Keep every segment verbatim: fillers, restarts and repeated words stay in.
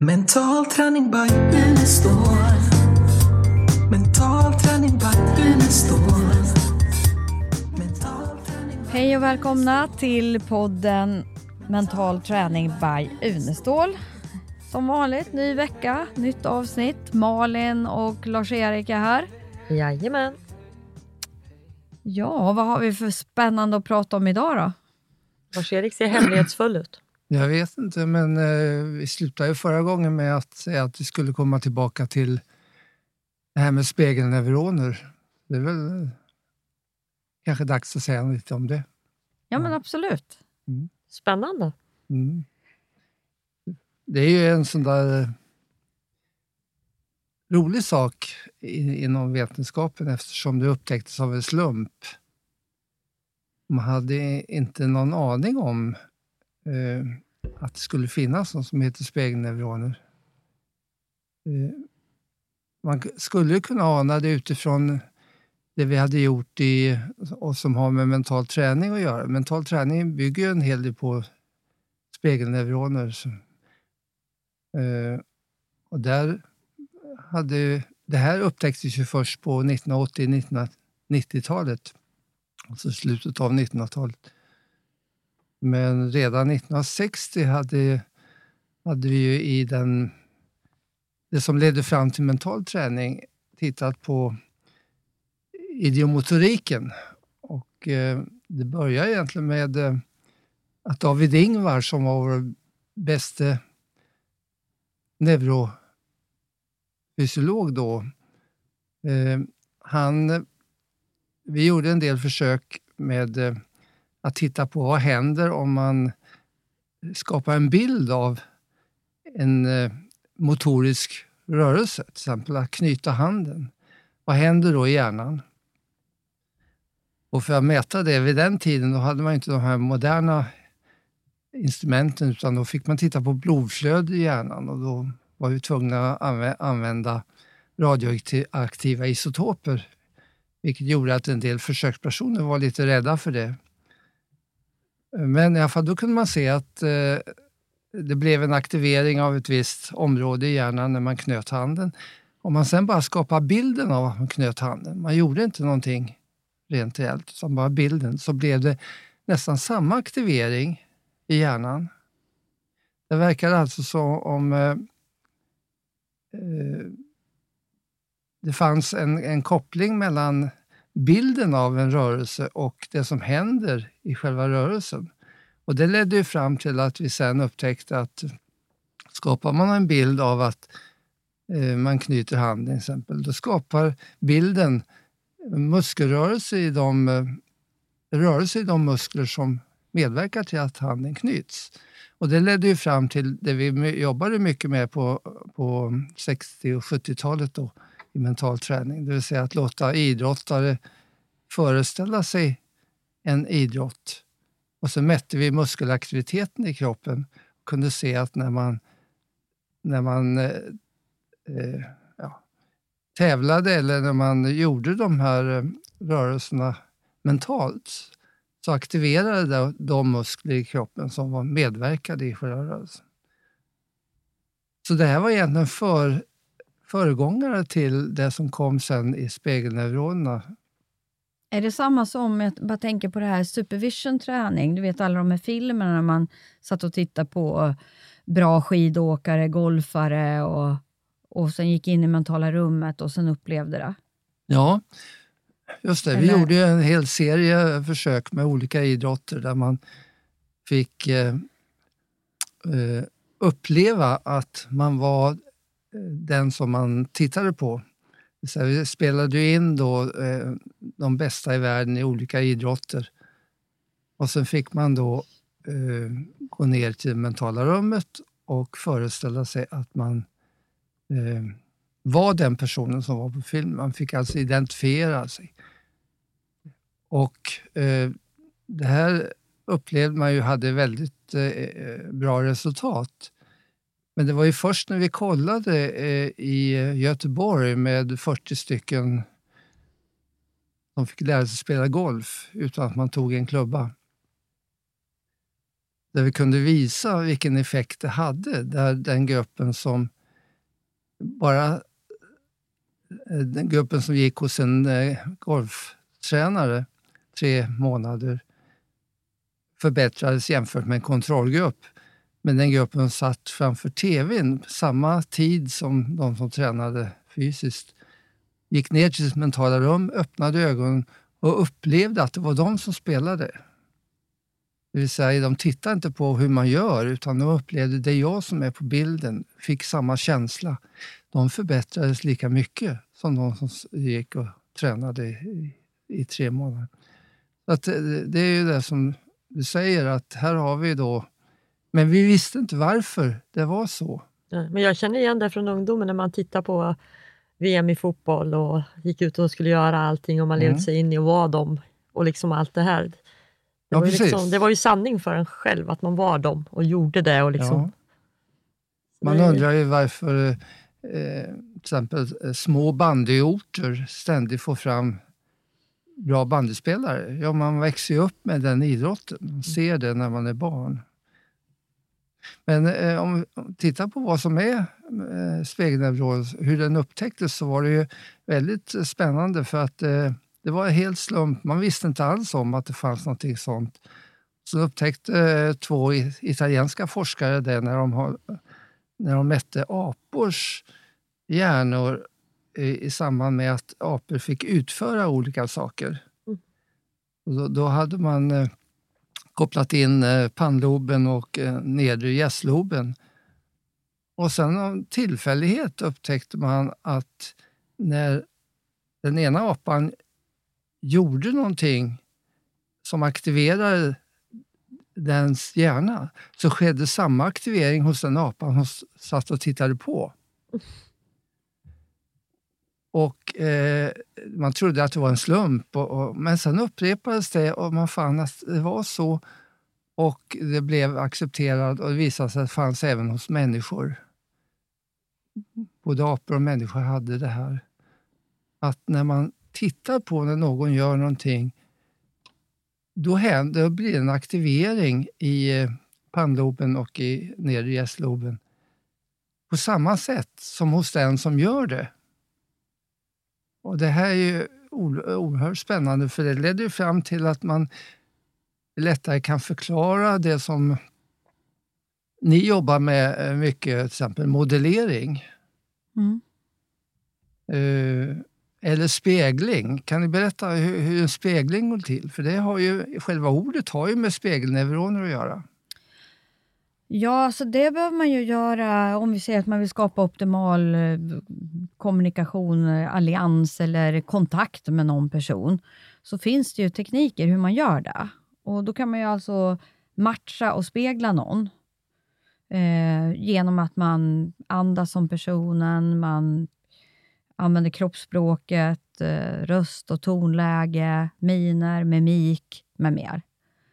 Mental träning by Unestål. Mental träning by Unestål. Hej och välkomna till podden Mental träning by Unestål. Som vanligt, ny vecka, nytt avsnitt. Malin och Lars-Erik är här. Jajamän. Ja, vad har vi för spännande att prata om idag då? Lars-Erik ser hemlighetsfull ut. Jag vet inte, men eh, vi slutade ju förra gången med att säga att vi skulle komma tillbaka till det här med spegelneuroner. Det är väl eh, kanske dags att säga lite om det. Ja, men absolut. Mm. Spännande. Mm. Det är ju en sån där eh, rolig sak i, inom vetenskapen eftersom det upptäcktes av en slump. Man hade inte någon aning om eh, att det skulle finnas något som heter spegelneuroner. Eh, man skulle kunna ana det utifrån det vi hade gjort i, och som har med mental träning att göra. Mental träning bygger ju en hel del på spegelneuroner. Så, eh, och där hade, det här upptäcktes ju först på nittonhundraåttio nittonhundranittiotalet. Alltså slutet av nittonhundratalet. Men redan nittonhundrasextio hade, hade vi ju i den, det som ledde fram till mental träning tittat på idiomotoriken. Och eh, det började egentligen med eh, att David Ingvar som var vår bäste neurofysiolog då, eh, han, vi gjorde en del försök med eh, att titta på vad händer om man skapar en bild av en eh, motorisk rörelse, till exempel att knyta handen. Vad händer då i hjärnan? Och för att mäta det vid den tiden då hade man inte de här moderna instrumenten utan då fick man titta på blodflöde i hjärnan och då var vi tvungna att använda radioaktiva isotoper, vilket gjorde att en del försökspersoner var lite rädda för det. Men i alla fall då kunde man se att eh, det blev en aktivering av ett visst område i hjärnan när man knöt handen. Om man sen bara skapar bilden av att man knöt handen, man gjorde inte någonting rent reellt utan bara bilden, så blev det nästan samma aktivering i hjärnan. Det verkar alltså som om eh, eh, det fanns en, en koppling mellan bilden av en rörelse och det som händer i själva rörelsen. Och det ledde ju fram till att vi sen upptäckte att skapar man en bild av att eh, man knyter handen till exempel, då skapar bilden muskelrörelse i de, eh, rörelse i de muskler som medverkar till att handen knyts. Och det ledde ju fram till det vi jobbade mycket med på, på sextio- och sjuttiotalet då, i mental träning. Det vill säga att låta idrottare föreställa sig en idrott. Och så mätte vi muskelaktiviteten i kroppen och kunde se att när man, när man eh, ja, tävlade eller när man gjorde de här eh, rörelserna mentalt så aktiverade det de muskler i kroppen som var medverkade i själva rörelsen. Så det här var egentligen för, föregångare till det som kom sen i spegelneuronerna. Är det samma som, jag bara tänker på det här supervision-träning? Du vet alla de här filmerna när man satt och tittade på bra skidåkare, golfare och, och sen gick in i mentala rummet och sen upplevde det. Ja, just det. Eller? Vi gjorde en hel serie försök med olika idrotter där man fick eh, eh, uppleva att man var den som man tittade på. Så vi spelade in då eh, de bästa i världen i olika idrotter. Och sen fick man då eh, gå ner till det mentala rummet och föreställa sig att man eh, var den personen som var på film. Man fick alltså identifiera sig. Och eh, det här upplevde man ju hade väldigt eh, bra resultat. Men det var ju först när vi kollade eh, i Göteborg med fyrtio stycken som fick lära sig spela golf utan att man tog en klubba. där vi kunde visa vilken effekt det hade. Där den gruppen som bara den gruppen som gick hos en eh, golftränare tre månader förbättrades jämfört med en kontrollgrupp. Men den gruppen satt framför tvn samma tid som de som tränade fysiskt. Gick ner till sitt mentala rum, öppnade ögonen och upplevde att det var de som spelade. Det vill säga, de tittade inte på hur man gör, utan de upplevde det jag som är på bilden, fick samma känsla. De förbättrades lika mycket som de som gick och tränade i, i tre månader. Så att det, det är ju det som du säger, att här har vi då, men vi visste inte varför det var så. Ja, men jag känner igen det från ungdomen när man tittar på V M i fotboll och gick ut och skulle göra allting och man Mm. levde sig in i och var dem och liksom allt det här. Det, Ja, var ju precis. liksom, det var ju sanning för en själv att man var dem och gjorde det. Och liksom, Ja. Man det- undrar ju varför eh, till exempel eh, små bandyorter ständigt får fram bra bandyspelare. Ja, man växer ju upp med den idrotten. Man ser det när man är barn. Men eh, om vi tittar på vad som är eh, spegelneuros, hur den upptäcktes, så var det ju väldigt spännande, för att eh, det var helt slump. Man visste inte alls om att det fanns någonting sånt. Så upptäckte eh, två i- italienska forskare det när de, har, när de mätte apors hjärnor i, i samband med att apor fick utföra olika saker. Mm. Och då, då hade man eh, kopplat in eh, pannloben och eh, nedre gästloben. Och sen av tillfällighet upptäckte man att när den ena apan gjorde någonting som aktiverade dens hjärna, så skedde samma aktivering hos den apan som satt och tittade på. Och eh, man trodde att det var en slump, och, och, men sen upprepades det och man fann att det var så, och det blev accepterat, och det visade sig att det fanns även hos människor. Både apor och människor hade det här. Att när man tittar på när någon gör någonting, då, händer, då blir det en aktivering i eh, pannloben och i nedre gästloben. På samma sätt som hos den som gör det. Och det här är ju o- oerhört spännande, för det leder ju fram till att man lättare kan förklara det som ni jobbar med eh, mycket, till exempel modellering. Mm. Eh, eller spegling. Kan ni berätta hur, hur en spegling går till? För det har ju, själva ordet har ju med spegelneuroner att göra. Ja, så det behöver man ju göra om vi säger att man vill skapa optimal eh, kommunikation, eh, allians eller kontakt med någon person. Så finns det ju tekniker hur man gör det. Och då kan man ju alltså matcha och spegla någon. Eh, genom att man andas som personen, man använder kroppsspråket, eh, röst och tonläge, miner, mimik med mer.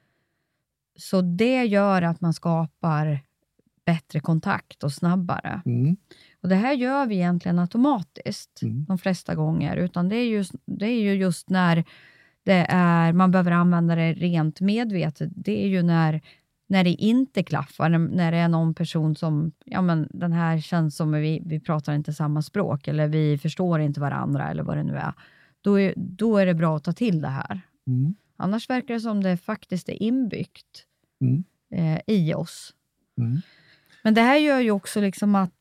Så det gör att man skapar bättre kontakt och snabbare. Mm. Och det här gör vi egentligen automatiskt Mm. de flesta gånger. Utan det är, just, det är ju just när det är, man behöver använda det rent medvetet. Det är ju när, när det inte klaffar. När, när det är någon person som, ja men den här känns som att vi, vi pratar inte samma språk. Eller vi förstår inte varandra eller vad det nu är. Då är, då är det bra att ta till det här. Mm. Annars verkar det som det faktiskt är inbyggt Mm. eh, i oss. Mm. Men det här gör ju också liksom att,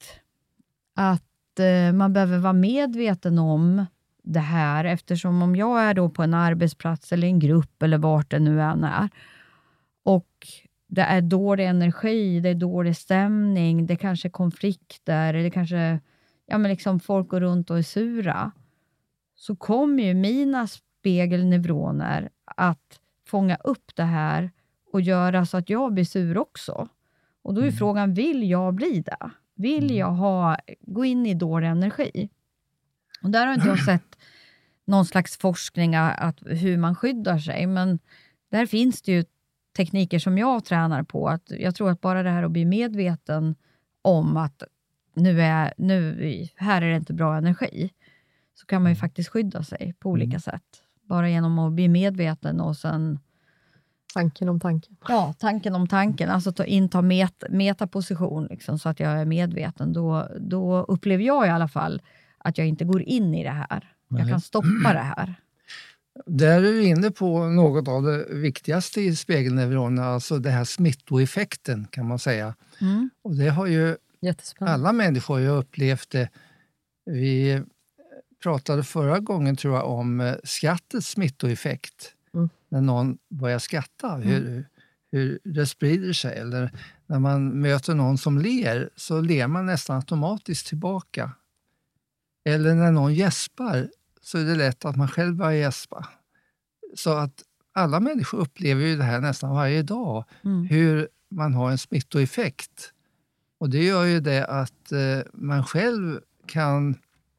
att eh, man behöver vara medveten om det här. Eftersom om jag är då på en arbetsplats eller en grupp eller vart det nu än är. Och det är dålig energi, det är dålig stämning, det kanske är konflikter, det kanske, ja men liksom folk går runt och är sura. Så kommer ju mina spegelneuroner att fånga upp det här och göra så att jag blir sur också. Och då är Mm. frågan, vill jag bli det? Vill Mm. jag ha, gå in i dålig energi? Och där har inte jag sett någon slags forskning att hur man skyddar sig. Men där finns det ju tekniker som jag tränar på. Att jag tror att bara det här att bli medveten om att nu är, nu, här är det inte bra energi. Så kan man ju faktiskt skydda sig på olika Mm. sätt. Bara genom att bli medveten och sen Tanken om tanken. Ja, tanken om tanken. Alltså ta, inta met, metaposition liksom, så att jag är medveten. Då, då upplever jag i alla fall att jag inte går in i det här. Nej. Jag kan stoppa det här. Där är du inne på något av det viktigaste i spegelneuronerna, alltså det här smittoeffekten kan man säga. Mm. Och det har ju alla människor ju upplevt det. Vi pratade förra gången tror jag om skrattets smittoeffekt. Mm. När någon börjar skratta, hur, mm. hur det sprider sig. Eller när man möter någon som ler så ler man nästan automatiskt tillbaka. Eller när någon gäspar så är det lätt att man själv börjar gäspa. Så att alla människor upplever ju det här nästan varje dag. Mm. Hur man har en smittoeffekt. Och det gör ju det att eh, man själv kan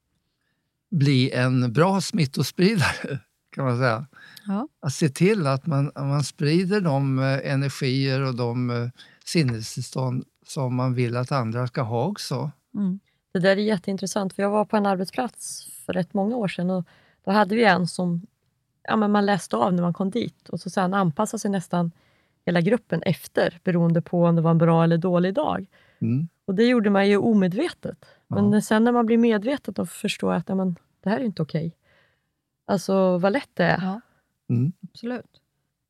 bli en bra smittospridare, kan man säga. Ja. Att se till att man, man sprider de eh, energier och de eh, sinnestillstånd som man vill att andra ska ha också. Mm. Det där är jätteintressant, för jag var på en arbetsplats för rätt många år sedan och då hade vi en som ja, men man läste av när man kom dit och så sen anpassade sig nästan hela gruppen efter, beroende på om det var en bra eller dålig dag. Mm. Och det gjorde man ju omedvetet. Ja. Men sen när man blir medveten och förstår att ja, men, det här är inte okej. Alltså vad lätt det är. Ja. Mm. Absolut.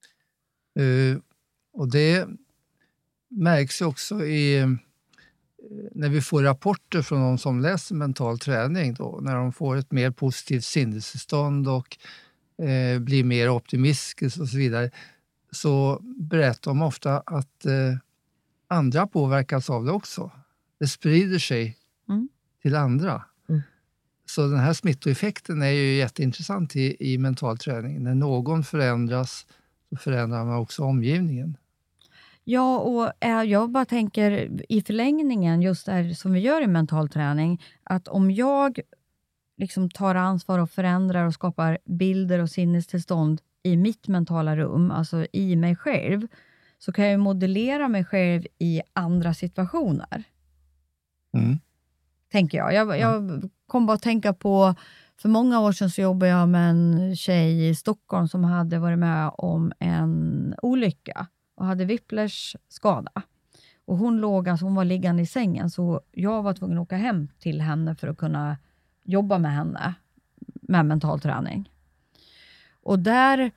Uh, och det märks ju också i när vi får rapporter från de som läser mental träning då, när de får ett mer positivt sinnestillstånd och eh, blir mer optimistiska och så vidare, så berättar de ofta att eh, andra påverkas av det också. Det sprider sig mm. till andra. Mm. Så den här smittoeffekten är ju jätteintressant i, i mental träning. När någon förändras så förändrar man också omgivningen. Ja, och jag bara tänker i förlängningen, just det som vi gör i mental träning, att om jag liksom tar ansvar och förändrar och skapar bilder och sinnestillstånd i mitt mentala rum, alltså i mig själv, så kan jag modellera mig själv i andra situationer. Mm. Tänker jag. Jag, jag kom bara att tänka på, för många år sedan så jobbade jag med en tjej i Stockholm som hade varit med om en olycka och hade whiplash skada. Och hon låg, alltså hon var liggande i sängen, så jag var tvungen att åka hem till henne för att kunna jobba med henne med mental träning. Och där,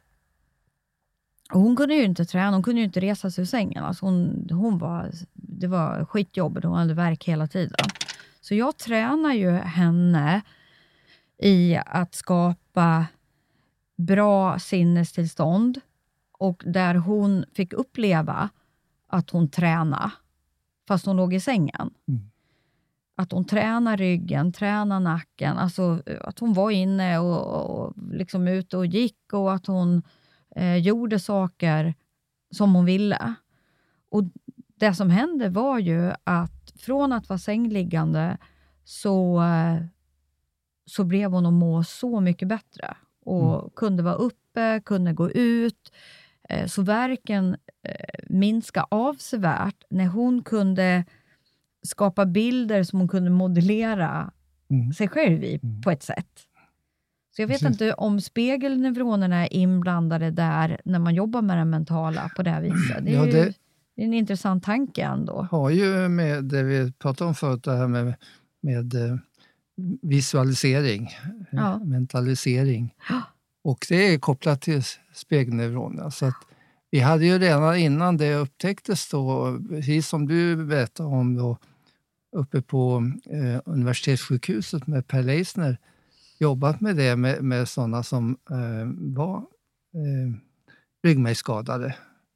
och hon kunde ju inte träna, hon kunde ju inte resa sig ur sängen. Alltså hon, hon var, det var skitjobbigt, hon hade värk hela tiden. Så jag tränar ju henne i att skapa bra sinnestillstånd. Och där hon fick uppleva att hon tränade fast hon låg i sängen. Mm. Att hon tränar ryggen, tränar nacken. Alltså att hon var inne och, och liksom ute och gick. Och att hon eh, gjorde saker som hon ville. Och det som hände var ju att från att vara sängliggande så, eh, så blev hon att må så mycket bättre. Och mm. kunde vara uppe, kunde gå ut. Så värken eh, minska avsevärt när hon kunde skapa bilder som hon kunde modellera mm. sig själv i mm. på ett sätt. Så jag vet Precis. inte om spegelneuronerna är inblandade där när man jobbar med den mentala på det här viset. Det är, ja, det, ju, det är en intressant tanke ändå. Har ju med det vi pratade om förut, det här med, med visualisering, ja. mentalisering. Ja. Och det är kopplat till spegelneuronerna. Så att vi hade ju redan innan det upptäcktes då, precis som du berättade om då, uppe på eh, universitetssjukhuset med Per Leisner, jobbat med det med, med sådana som eh, var eh, ryggmärgsskadade.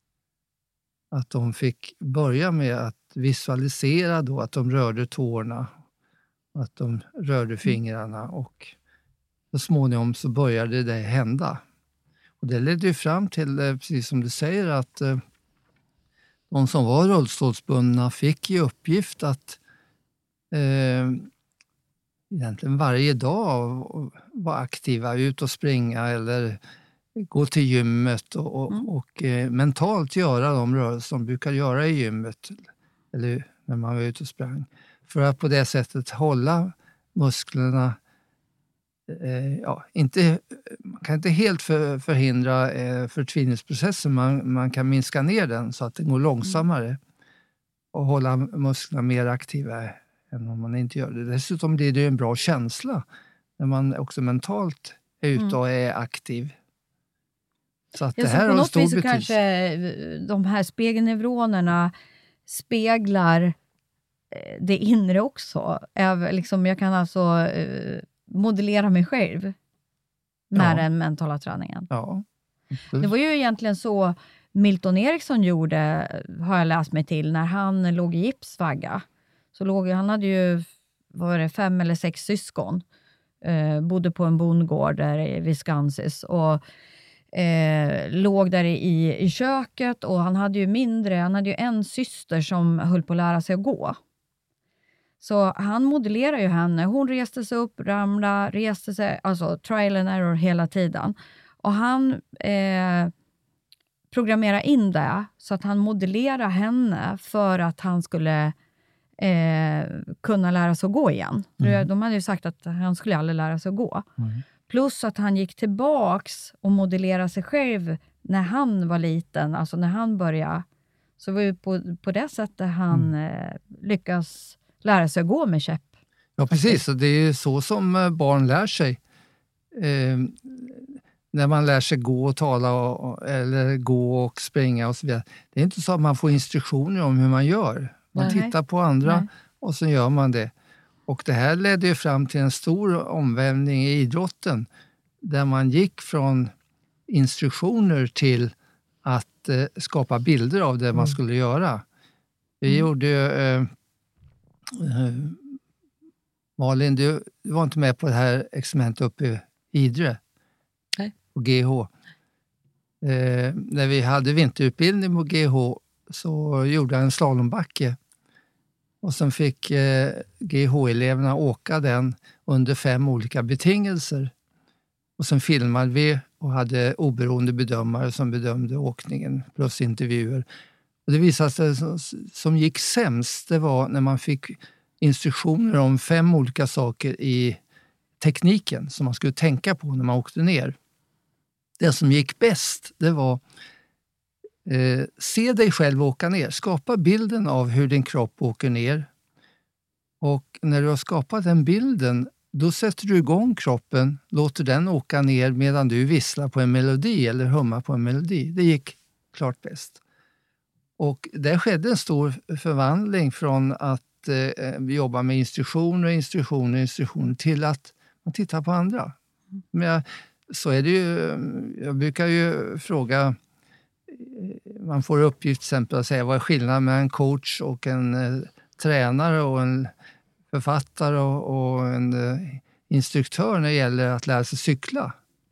Att de fick börja med att visualisera då att de rörde tårna, att de rörde fingrarna och så småningom så började det hända. Och det ledde ju fram till, precis som du säger, att eh, de som var rullstolsbundna fick ju uppgift att eh, egentligen varje dag vara aktiva, ut och springa eller gå till gymmet och, och, mm. och eh, mentalt göra de rörelser som brukar göra i gymmet eller när man var ute och sprang. För att på det sättet hålla musklerna eh, ja, inte, man kan inte helt för, förhindra eh, förtviningsprocessen. Man, man kan minska ner den så att den går långsammare och hålla musklerna mer aktiva än om man inte gör det. Dessutom blir det en bra känsla när man också mentalt är ute Mm. och är aktiv. Så att Ja, det så här på har något stor vis så betydelse. kanske de här spegelneuronerna speglar eh, det inre också. Äv- liksom jag kan alltså eh, modellera mig själv med Ja. den mentala träningen. Ja. Det var ju egentligen så Milton Eriksson gjorde, har jag läst mig till, när han låg i gipsvagga. Så låg, han hade ju vad var det, fem eller sex syskon. Eh, bodde på en bondgård där i Wisconsin. Och eh, låg där i, i köket. Och han hade ju mindre, han hade ju en syster som höll på att lära sig att gå. Så han modellerar ju henne. Hon reste sig upp, ramlade, reste sig. Alltså trial and error hela tiden. Och han eh, programmerar in det så att han modellerar henne för att han skulle eh, kunna lära sig att gå igen. Mm. De hade ju sagt att han skulle aldrig lära sig att gå. Mm. Plus att han gick tillbaks och modellerade sig själv när han var liten. Alltså när han började. Så var ju på, på det sättet han Mm. eh, lyckas lära sig att gå med käpp. Ja, precis. Och det är ju så som eh, barn lär sig. Eh, när man lär sig gå och tala och, eller gå och springa och så vidare. Det är inte så att man får instruktioner om hur man gör. Man Nej. tittar på andra Nej. och så gör man det. Och det här ledde ju fram till en stor omvälvning i idrotten. Där man gick från instruktioner till att eh, skapa bilder av det man skulle göra. Vi Mm. gjorde ju... Eh, eh, Malin, du, du var inte med på det här experimentet uppe i Idre? Nej. På G H. Eh, när vi hade vinterutbildning på G H så gjorde jag en slalombacke. Och sen fick eh, G H-eleverna åka den under fem olika betingelser. Och sen filmade vi och hade oberoende bedömare som bedömde åkningen plus intervjuer. Och det visade sig som, som gick sämst, det var när man fick instruktioner om fem olika saker i tekniken som man skulle tänka på när man åkte ner. Det som gick bäst, det var eh, se dig själv åka ner. Skapa bilden av hur din kropp åker ner. Och när du har skapat den bilden, då sätter du igång kroppen, låter den åka ner medan du visslar på en melodi eller hummar på en melodi. Det gick klart bäst. Och där skedde en stor förvandling från att eh, vi jobbar med instruktioner, instruktioner, instruktioner till att man tittar på andra. Men jag, så är det ju, jag brukar ju fråga, man får uppgift till exempel att säga vad är skillnaden mellan en coach och en eh, tränare och en författare och, och en eh, instruktör när det gäller att lära sig cykla.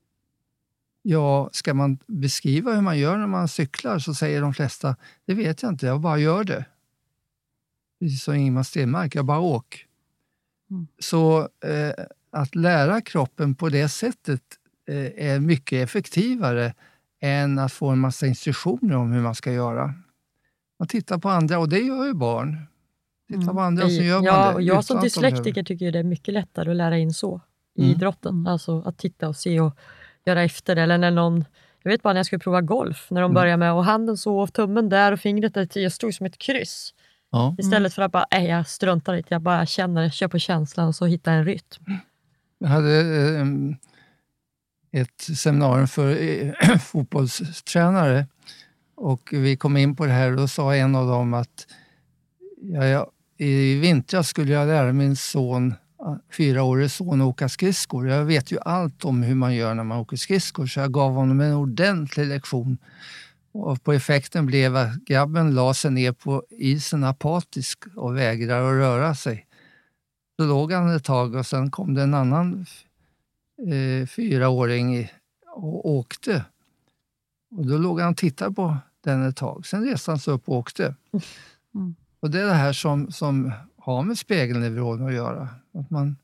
Ja, ska man beskriva hur man gör när man cyklar så säger de flesta, det vet jag inte, jag bara gör det. Precis som Ingemar Stenmark, jag bara åk. Mm. Så eh, att lära kroppen på det sättet eh, är mycket effektivare än att få en massa instruktioner om hur man ska göra. Man tittar på andra och det gör ju barn. Tittar Mm. på andra och så gör ja, man det. och jag utan som att de dyslektiker behöver. tycker ju det är mycket lättare att lära in så i Mm. idrotten. Mm. Alltså att titta och se och göra efter. Eller när någon, jag vet bara när jag skulle prova golf, när de Mm. börjar med och handen så och tummen där och fingret där till, jag stod som ett kryss. Ja. Istället för att bara, nej jag struntar i det, jag bara känner, kör på känslan och så hittar en rytm. Jag hade eh, ett seminarium för eh, fotbollstränare och vi kom in på det här och då sa en av dem att ja, ja, i vintras skulle jag lära min son, fyraårig son, att åka skridskor. Jag vet ju allt om hur man gör när man åker skridskor så jag gav honom en ordentlig lektion. Och på effekten blev att grabben la sig ner på isen apatisk och vägrade att röra sig. Så låg han ett tag och sen kom det en annan eh, fyraåring och åkte. Och då låg han och tittade på den ett tag. Sen reste han sig upp och åkte. Mm. Och det är det här som, som har med spegelneuroner att göra. Att man,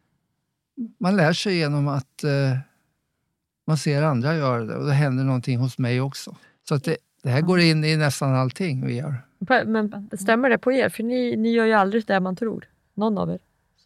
man lär sig genom att eh, man ser andra göra det. Och det händer någonting hos mig också. Så att det, det här går in i nästan allting vi gör. Men stämmer det på er? För ni, ni gör ju aldrig det man tror. Någon av er.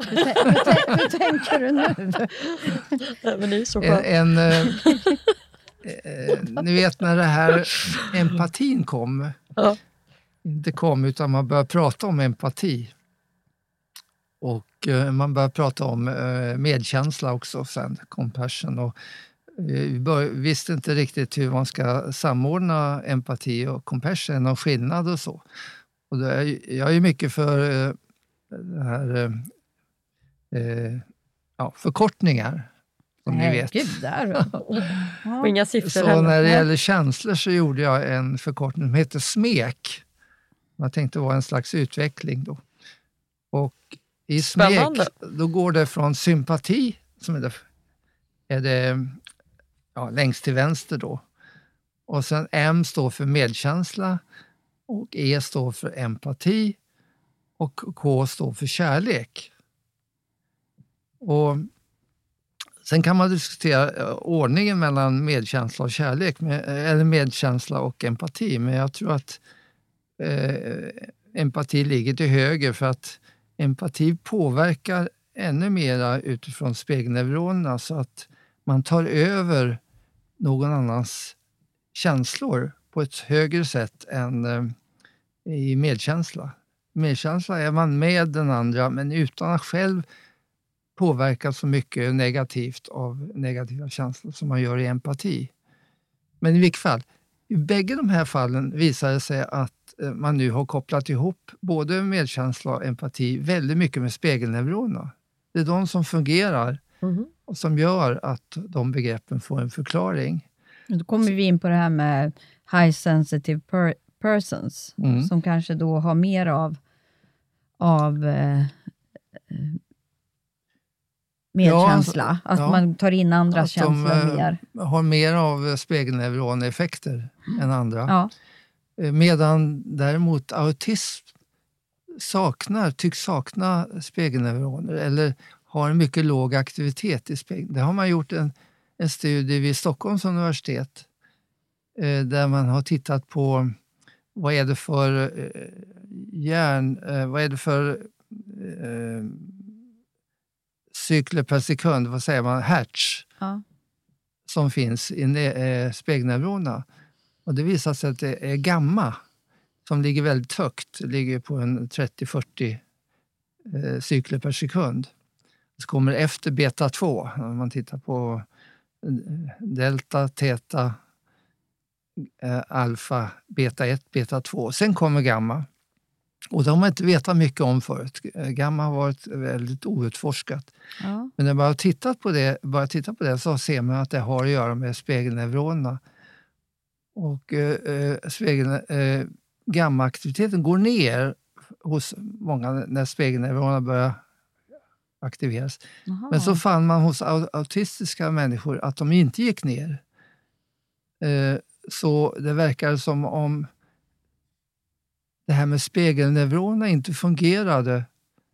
Hur, hur, hur tänker du nu? Nej, men det är så skönt. En, en, eh, eh, ni vet när det här empatin kom. Ja. Inte kom utan man började prata om empati. Och eh, man började prata om eh, medkänsla också sen, compassion. Och, eh, vi bör, visste inte riktigt hur man ska samordna empati och compassion och skillnad och så. Och det är, jag är mycket för eh, det här, eh, ja, förkortningar. Som Nej, ni vet. Gud, där. Och inga siffror Så heller. när det gäller känslor så gjorde jag en förkortning som heter SMEK. Jag tänkte vara en slags utveckling då. Och i Spännande. SMEK då går det från sympati, som är det, är det ja, längst till vänster då. Och sen M står för medkänsla och E står för empati och K står för kärlek. Och sen kan man diskutera ordningen mellan medkänsla och kärlek, eller medkänsla och empati, men jag tror att eh, empati ligger till höger för att empati påverkar ännu mera utifrån spegelneuronerna så att man tar över någon annans känslor på ett högre sätt än eh, i medkänsla. Medkänsla är man med den andra men utan att själv påverkas så mycket negativt av negativa känslor som man gör i empati. Men i vilket fall, i bägge de här fallen visar det sig att man nu har kopplat ihop både medkänsla och empati väldigt mycket med spegelneuronerna. Det är de som fungerar Mhm. och som gör att de begreppen får en förklaring. Då kommer vi in på det här med high sensitive per- persons, Mm. som kanske då har mer av, av eh, medkänsla. Ja, att ja. man tar in andra Att de, känslor eh, mer. har mer av spegelneuroneffekter än andra. Ja. Eh, Medan däremot autism saknar, tycks sakna spegelneuroner eller har en mycket låg aktivitet i spegeln. Det har man gjort en, en studie vid Stockholms universitet eh, där man har tittat på vad är det för eh, hjärn, eh, vad är det för eh, cykler per sekund, vad säger man, hertz Ja. som finns i ne- eh, spegelneuronerna. Och det visar sig att det är gamma som ligger väldigt högt. Det ligger på en trettio till fyrtio eh, cykler per sekund. Så kommer efter beta två. När man tittar på eh, delta, theta, eh, alfa, beta ett, beta två. Sen kommer gamma. Och det har man inte vetat mycket om förut. Gamma har varit väldigt outforskat. Ja. Men när man har tittat på det, bara tittat på det så ser man att det har att göra med spegelneuronerna. Och eh, spegel, eh, gammaaktiviteten går ner hos många när spegelneuronerna börjar aktiveras. Jaha. Men så fann man hos au- autistiska människor att de inte gick ner. Eh, så det verkar som om det här med spegelneuronerna inte fungerade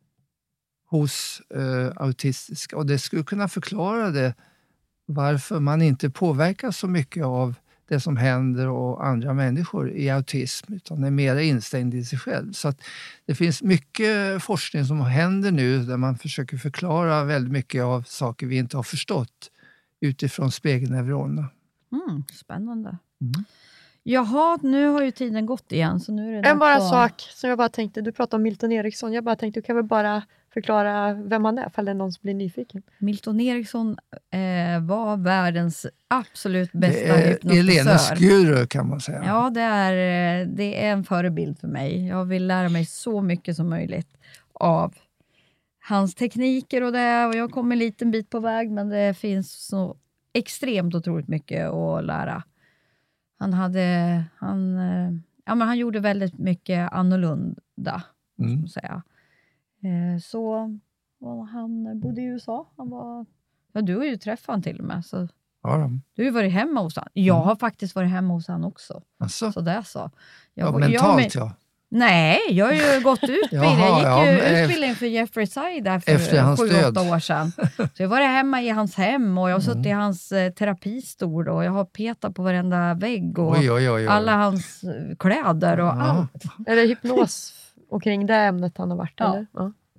hos eh, autistiska. Och det skulle kunna förklara det varför man inte påverkas så mycket av det som händer och andra människor i autism, utan är mer instängd i sig själv. Så att det finns mycket forskning som händer nu där man försöker förklara väldigt mycket av saker vi inte har förstått utifrån spegelneuronerna. Mm, spännande. Mm. Jaha, nu har ju tiden gått igen. Så nu är det En bara dags att- sak som jag bara tänkte, du pratade om Milton Eriksson. Jag bara tänkte, du kan väl bara förklara vem han är, ifall det är någon som blir nyfiken. Milton Eriksson eh, var världens absolut bästa Det är Elenes hypnotisör. guru kan man säga. Ja, det är, eh, det är en förebild för mig. Jag vill lära mig så mycket som möjligt av hans tekniker och det. Och jag kommer en liten bit på väg, men det finns så extremt otroligt mycket att lära. Han hade, han, eh, ja, men han gjorde väldigt mycket annorlunda, Mm. måste man säga. Eh, så och han bodde i U S A. Han var, ja, du har ju träffat han till och med. Så Ja, då. du har ju varit hemma hos han. Jag Mm. har faktiskt varit hemma hos han också. Alltså, Så det så. Jag, ja, var- mentalt jag, ja. Nej, jag har ju gått utbildning. Jaha, Jag gick ju ja, men- utbildning för Jeffrey Sy där för Efter hans sju, död. åtta år sedan. Så jag var hemma i hans hem och jag har suttit Mm. i hans eh, terapistol och jag har petat på varenda vägg och Oj, oj, oj, oj. alla hans eh, kläder och Ja. allt. Är det hypnos och kring det ämnet han har varit? Ja. Eller? Ja.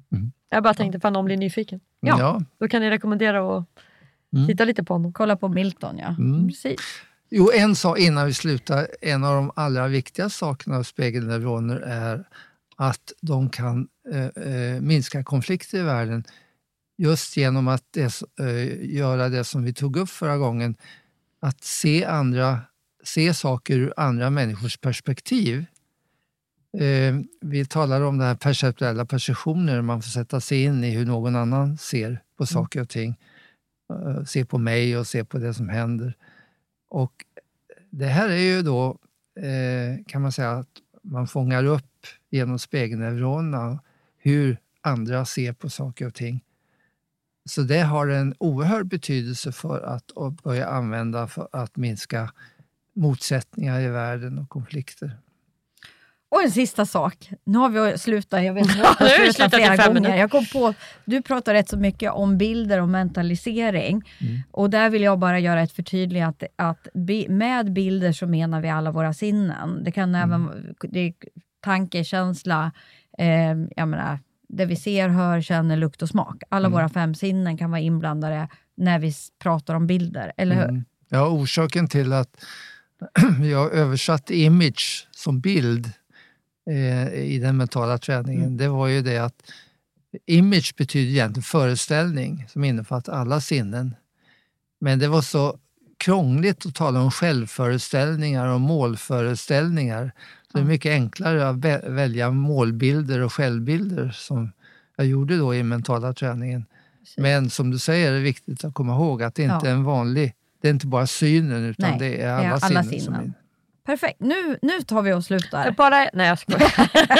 Mm. Jag bara tänkte, fan, om blir nyfiken. Ja. Ja. Då kan ni rekommendera att Mm. titta lite på honom. Kolla på Milton, ja. Mm. Precis. Jo, en sak innan vi slutar. En av de allra viktigaste sakerna av spegelneuroner är att de kan eh, eh, minska konflikter i världen just genom att det, eh, göra det som vi tog upp förra gången. Att se, andra, se saker ur andra människors perspektiv. Eh, vi talar om det här perceptuella perceptioner. Man får sätta sig in i hur någon annan ser på saker och ting. Eh, se på mig och se på det som händer. Och det här är ju då, eh, kan man säga, att man fångar upp genom spegelneuronerna hur andra ser på saker och ting. Så det har en oerhörd betydelse för att att börja använda för att minska motsättningar i världen och konflikter. Och en sista sak. Nu har vi slutat, jag vet inte, Ja, nu har vi slutat slutat i flera fem gånger. minuter. Jag kom på, du pratar rätt så mycket om bilder och mentalisering. Mm. Och där vill jag bara göra ett förtydligande att, att bi, med bilder så menar vi alla våra sinnen. Det kan Mm. även, det är tanke, känsla, eh, jag menar, det vi ser, hör, känner, lukt och smak. Alla Mm. våra fem sinnen kan vara inblandade när vi s- pratar om bilder, eller hur? Mm. Ja, orsaken till att jag översatt image som bild eh, i den mentala träningen, Mm. det var ju det att image betyder egentligen föreställning som innefattar alla sinnen. Men det var så krångligt att tala om självföreställningar och målföreställningar. Så det är mycket enklare att vä- välja målbilder och självbilder som jag gjorde då i mentala träningen. Men som du säger är det viktigt att komma ihåg att det inte Ja. är en vanlig, det är inte bara synen utan Nej, det är alla, det är alla sinnen. sinnen. Som är, Perfekt, nu, nu tar vi och slutar. Bara, nej, jag skojar.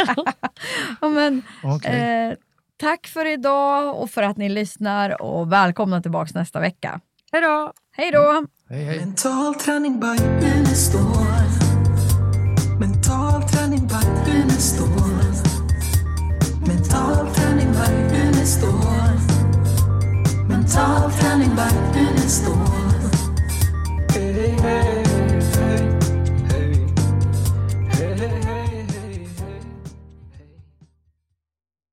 Ja, men, Okej. eh, tack för idag och för att ni lyssnar och välkomna tillbaka nästa vecka. Hej då! Hej då! Hej hej. Mental träning by Unestål. Mental träning by Unestål. Mental träning by Unestål. Mental träning by Unestål.